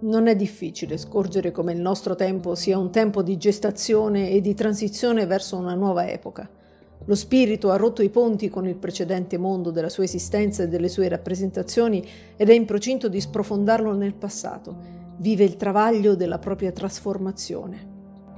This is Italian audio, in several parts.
Non è difficile scorgere come il nostro tempo sia un tempo di gestazione e di transizione verso una nuova epoca. Lo spirito ha rotto i ponti con il precedente mondo della sua esistenza e delle sue rappresentazioni ed è in procinto di sprofondarlo nel passato. Vive il travaglio della propria trasformazione.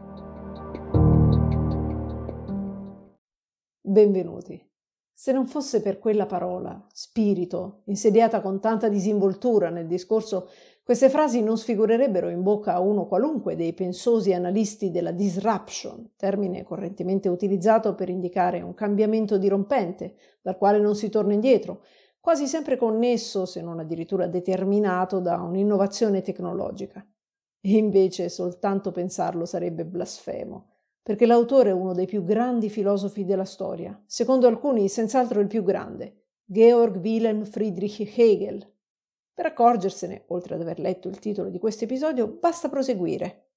Benvenuti. Se non fosse per quella parola, spirito, insediata con tanta disinvoltura nel discorso, queste frasi non sfigurerebbero in bocca a uno qualunque dei pensosi analisti della disruption, termine correntemente utilizzato per indicare un cambiamento dirompente, dal quale non si torna indietro, quasi sempre connesso, se non addirittura determinato, da un'innovazione tecnologica. E invece soltanto pensarlo sarebbe blasfemo, perché l'autore è uno dei più grandi filosofi della storia, secondo alcuni senz'altro il più grande, Georg Wilhelm Friedrich Hegel. Per accorgersene, oltre ad aver letto il titolo di questo episodio, basta proseguire.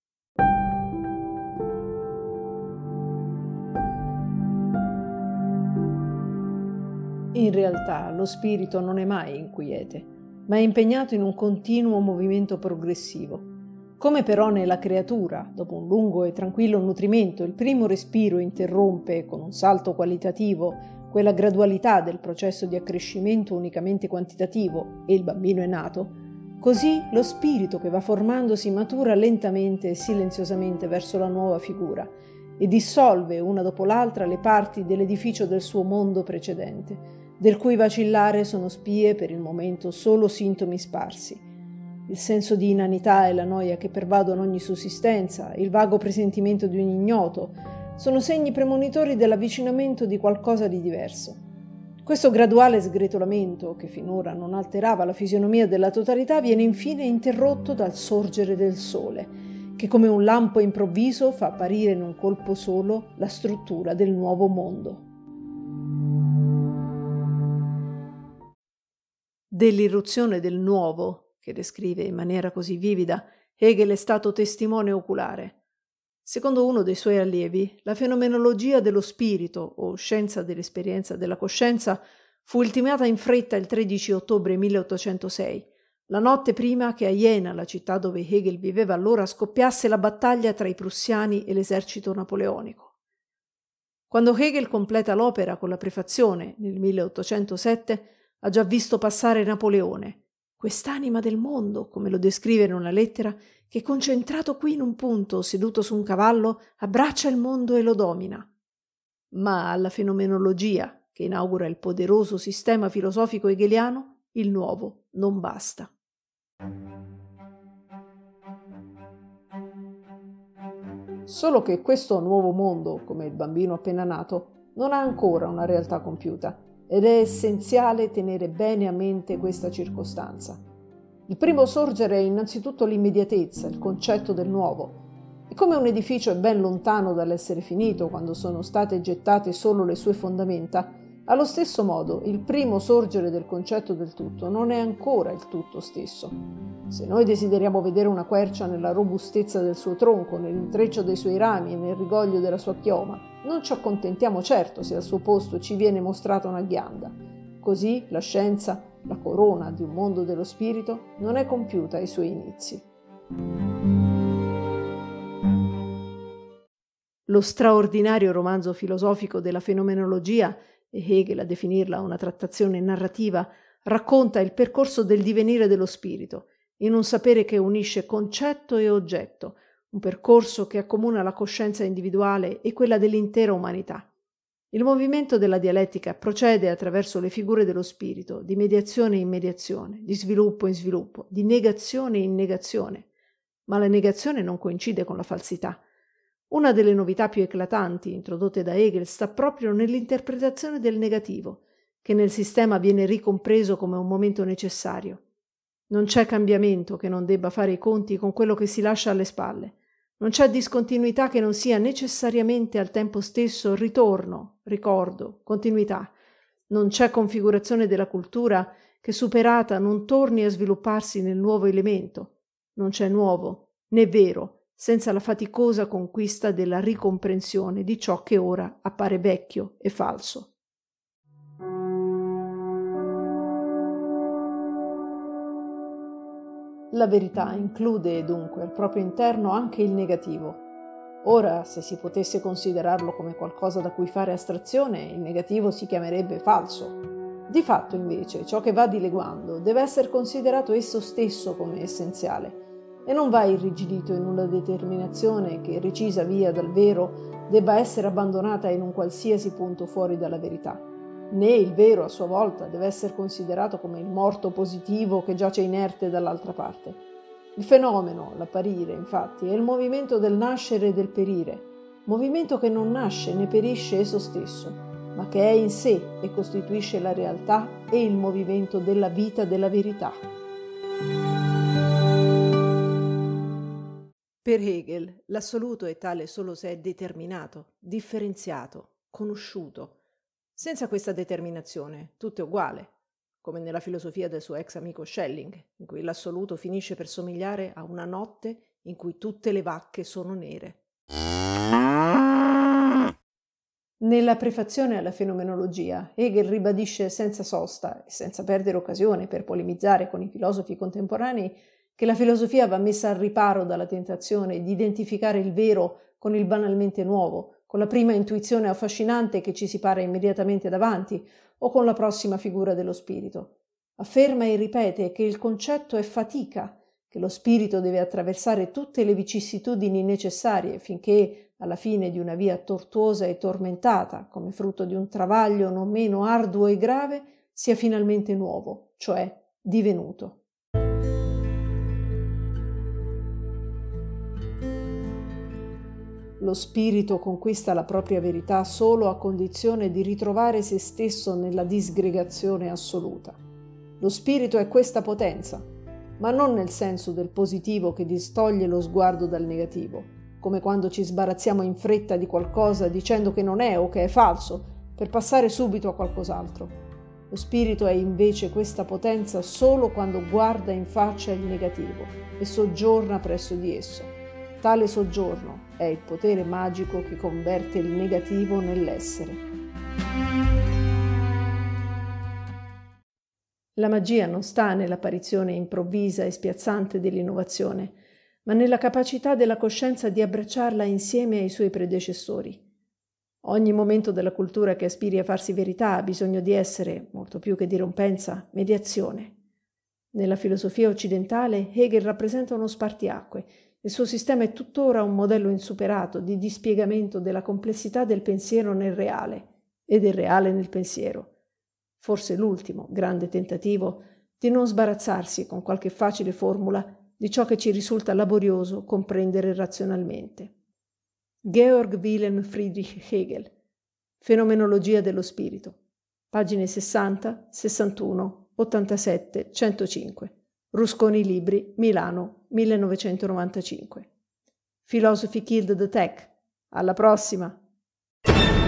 In realtà lo spirito non è mai inquiete, ma è impegnato in un continuo movimento progressivo. Come però nella creatura, dopo un lungo e tranquillo nutrimento, il primo respiro interrompe, con un salto qualitativo, quella gradualità del processo di accrescimento unicamente quantitativo e il bambino è nato, così lo spirito che va formandosi matura lentamente e silenziosamente verso la nuova figura e dissolve una dopo l'altra le parti dell'edificio del suo mondo precedente, del cui vacillare sono spie per il momento solo sintomi sparsi. Il senso di inanità e la noia che pervadono ogni sussistenza, il vago presentimento di un ignoto, sono segni premonitori dell'avvicinamento di qualcosa di diverso. Questo graduale sgretolamento, che finora non alterava la fisionomia della totalità, viene infine interrotto dal sorgere del sole, che come un lampo improvviso fa apparire in un colpo solo la struttura del nuovo mondo. Dell'irruzione del nuovo, che descrive in maniera così vivida, Hegel è stato testimone oculare. Secondo uno dei suoi allievi, la fenomenologia dello spirito, o scienza dell'esperienza della coscienza, fu ultimata in fretta il 13 ottobre 1806, la notte prima che a Jena, la città dove Hegel viveva allora, scoppiasse la battaglia tra i prussiani e l'esercito napoleonico. Quando Hegel completa l'opera con la prefazione, nel 1807, ha già visto passare Napoleone, quest'anima del mondo, come lo descrive in una lettera, che concentrato qui in un punto, seduto su un cavallo, abbraccia il mondo e lo domina. Ma alla fenomenologia, che inaugura il poderoso sistema filosofico hegeliano, il nuovo non basta. Solo che questo nuovo mondo, come il bambino appena nato, non ha ancora una realtà compiuta. Ed è essenziale tenere bene a mente questa circostanza. Il primo sorgere è innanzitutto l'immediatezza, il concetto del nuovo. E come un edificio è ben lontano dall'essere finito quando sono state gettate solo le sue fondamenta, allo stesso modo il primo sorgere del concetto del tutto non è ancora il tutto stesso. Se noi desideriamo vedere una quercia nella robustezza del suo tronco, nell'intreccio dei suoi rami e nel rigoglio della sua chioma, non ci accontentiamo certo se al suo posto ci viene mostrata una ghianda. Così la scienza, la corona di un mondo dello spirito, non è compiuta ai suoi inizi. Lo straordinario romanzo filosofico della fenomenologia, e Hegel a definirla una trattazione narrativa, racconta il percorso del divenire dello spirito, in un sapere che unisce concetto e oggetto, un percorso che accomuna la coscienza individuale e quella dell'intera umanità. Il movimento della dialettica procede attraverso le figure dello spirito, di mediazione in mediazione, di sviluppo in sviluppo, di negazione in negazione. Ma la negazione non coincide con la falsità. Una delle novità più eclatanti introdotte da Hegel sta proprio nell'interpretazione del negativo, che nel sistema viene ricompreso come un momento necessario. Non c'è cambiamento che non debba fare i conti con quello che si lascia alle spalle. Non c'è discontinuità che non sia necessariamente al tempo stesso ritorno, ricordo, continuità. Non c'è configurazione della cultura che superata non torni a svilupparsi nel nuovo elemento. Non c'è nuovo, né vero, senza la faticosa conquista della ricomprensione di ciò che ora appare vecchio e falso. La verità include dunque al proprio interno anche il negativo. Ora, se si potesse considerarlo come qualcosa da cui fare astrazione, il negativo si chiamerebbe falso. Di fatto, invece, ciò che va dileguando deve essere considerato esso stesso come essenziale e non va irrigidito in una determinazione che, recisa via dal vero, debba essere abbandonata in un qualsiasi punto fuori dalla verità. Né il vero, a sua volta, deve essere considerato come il morto positivo che giace inerte dall'altra parte. Il fenomeno, l'apparire, infatti, è il movimento del nascere e del perire, movimento che non nasce né perisce esso stesso, ma che è in sé e costituisce la realtà e il movimento della vita della verità. Per Hegel, l'assoluto è tale solo se è determinato, differenziato, conosciuto. Senza questa determinazione, tutto è uguale, come nella filosofia del suo ex amico Schelling, in cui l'assoluto finisce per somigliare a una notte in cui tutte le vacche sono nere. Nella prefazione alla fenomenologia, Hegel ribadisce senza sosta e senza perdere occasione per polemizzare con i filosofi contemporanei che la filosofia va messa al riparo dalla tentazione di identificare il vero con il banalmente nuovo, con la prima intuizione affascinante che ci si para immediatamente davanti o con la prossima figura dello spirito. Afferma e ripete che il concetto è fatica, che lo spirito deve attraversare tutte le vicissitudini necessarie finché, alla fine di una via tortuosa e tormentata, come frutto di un travaglio non meno arduo e grave, sia finalmente nuovo, cioè divenuto. Lo spirito conquista la propria verità solo a condizione di ritrovare se stesso nella disgregazione assoluta. Lo spirito è questa potenza, ma non nel senso del positivo che distoglie lo sguardo dal negativo, come quando ci sbarazziamo in fretta di qualcosa dicendo che non è o che è falso, per passare subito a qualcos'altro. Lo spirito è invece questa potenza solo quando guarda in faccia il negativo e soggiorna presso di esso. Tale soggiorno è il potere magico che converte il negativo nell'essere. La magia non sta nell'apparizione improvvisa e spiazzante dell'innovazione, ma nella capacità della coscienza di abbracciarla insieme ai suoi predecessori. Ogni momento della cultura che aspiri a farsi verità ha bisogno di essere, molto più che dirompenza, mediazione. Nella filosofia occidentale Hegel rappresenta uno spartiacque. Il suo sistema è tuttora un modello insuperato di dispiegamento della complessità del pensiero nel reale e del reale nel pensiero. Forse l'ultimo grande tentativo di non sbarazzarsi con qualche facile formula di ciò che ci risulta laborioso comprendere razionalmente. Georg Wilhelm Friedrich Hegel, Fenomenologia dello spirito, pagine 60, 61, 87, 105. Rusconi Libri, Milano, 1995. Philosophy Killed the Tech. Alla prossima!